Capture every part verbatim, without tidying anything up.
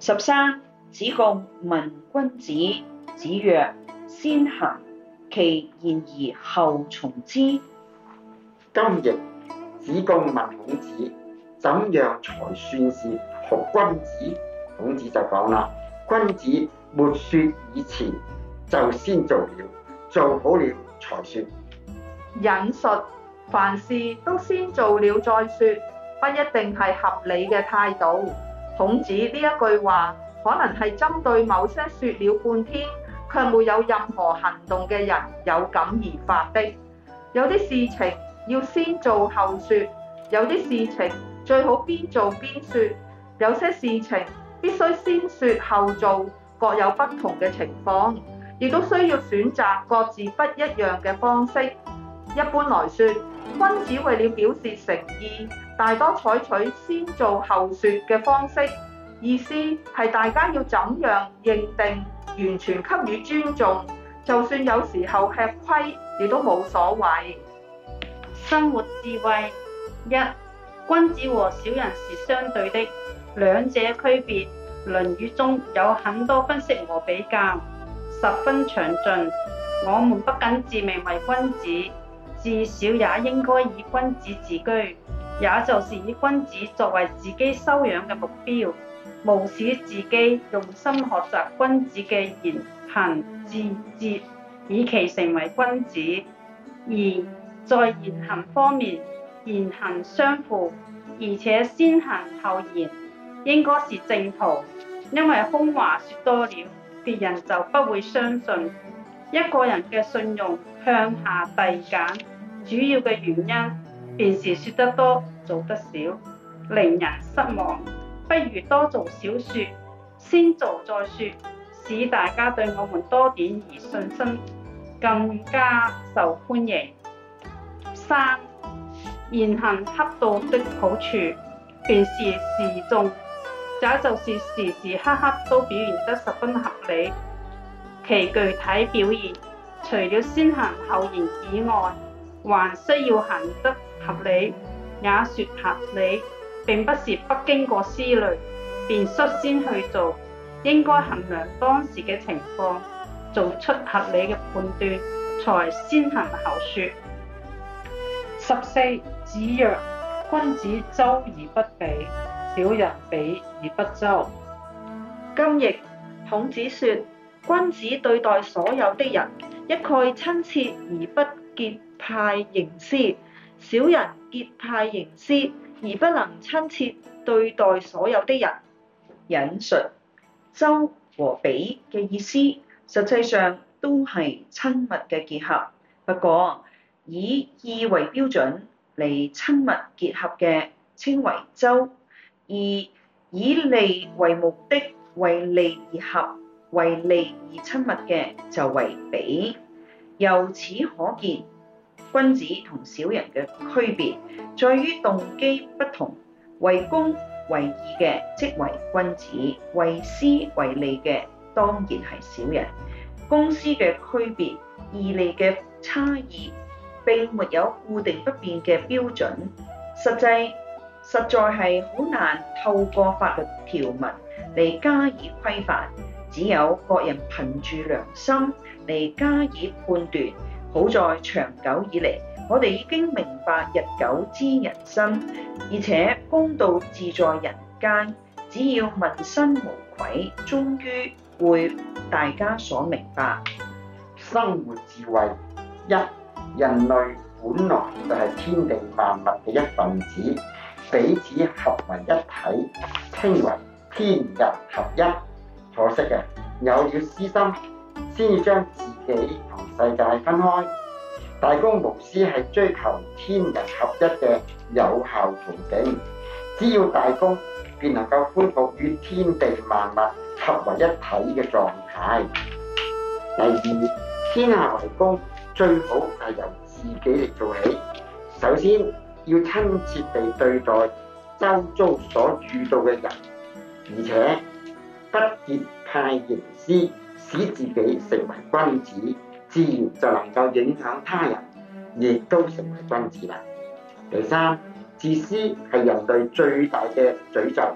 十三，子貢問君子，子曰：先行，其言而後從之。 今譯子貢問孔子，怎樣才算是學君子？孔子就講啦，君子沒説以前，就先做了，做好了才說。 引述凡事都先做了再說，不一定係合理嘅態度。孔子呢一句話，可能係針對某些説了半天，卻沒有任何行動嘅人有感而發的。有啲事情要先做後說，有啲事情最好邊做邊說，有些事情必須先說後做，各有不同嘅情況，亦都需要選擇各自不一樣嘅方式。一般來說，君子為了表示誠意，大多採取先做後說嘅方式，意思係大家要怎樣認定，完全給予尊重，就算有時候吃虧，亦都冇所謂。 生活智慧一，君子和小人是相對的，兩者區別，《論語》中有很多分析和比較，十分詳盡。我們不僅自命為君子，至少也應該以君子自居，也就是以君子作為自己修養嘅目標，務使自己用心學習君子嘅言行志節，以期成為君子。二，在言行方面，言行相符，而且先行後言，應該是正途，因為空話說多了，別人就不會相信。一個人嘅信用向下遞減，主要嘅原因便是說得多做得少，令人失望。不如多做少說，先做再說，使大家對我們多點而信心，更加受歡迎。三，言行恰當的好處，便是示眾，也就是時時刻刻都表現得十分合理。其具體表現，除了先行後言以外，還需要行得合理，也說合理，並不是不經過思慮便率先去做，應該衡量當時嘅情況，做出合理嘅判斷，才先行後說。 十四，子曰：君子周而不比，小人比而不周。 今譯孔子說，君子對待所有的人，一概親切而不結派形式，小人結派形式而不能親切對待所有的人。 引述周和比嘅意思，實際上都係親密嘅結合，不過以義為標準嚟親密結合嘅稱為周，而以利為目的為利而合、為利而親密嘅就為比。由此可見，君子同小人嘅區別在於動機不同，為公為義嘅即為君子，為私為利嘅當然係小人。公私嘅區別、義利嘅差異並沒有固定不變嘅標準，實際實在係好難透過法律條文嚟加以規範，只有各人憑住良心嚟加以判斷。好在長久以嚟，我哋已經明白日久知人心，而且公道自在人間，只要問心無愧，終於會大家所明白。 生活智慧一，人類本來就係天地萬物嘅一份子，彼此合為一體，稱為天人合一。可惜嘅，有了私心，先要將自己同世界分開。大公無私係追求天人合一嘅有效途徑，只要大公，便能夠恢復與天地萬物合為一體嘅狀態。第二，天下為公，最好係由自己嚟做起。首先要親切地對待周遭所遇到嘅人，而且不結派形式，使自己成為君子，自然就能夠影響他人，亦都成為君子啦。第三，自私係人類最大嘅詛咒，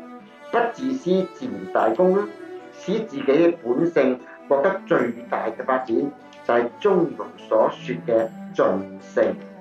不自私自然大功啦，使自己嘅本性獲得最大嘅發展，就係中庸所說嘅盡性。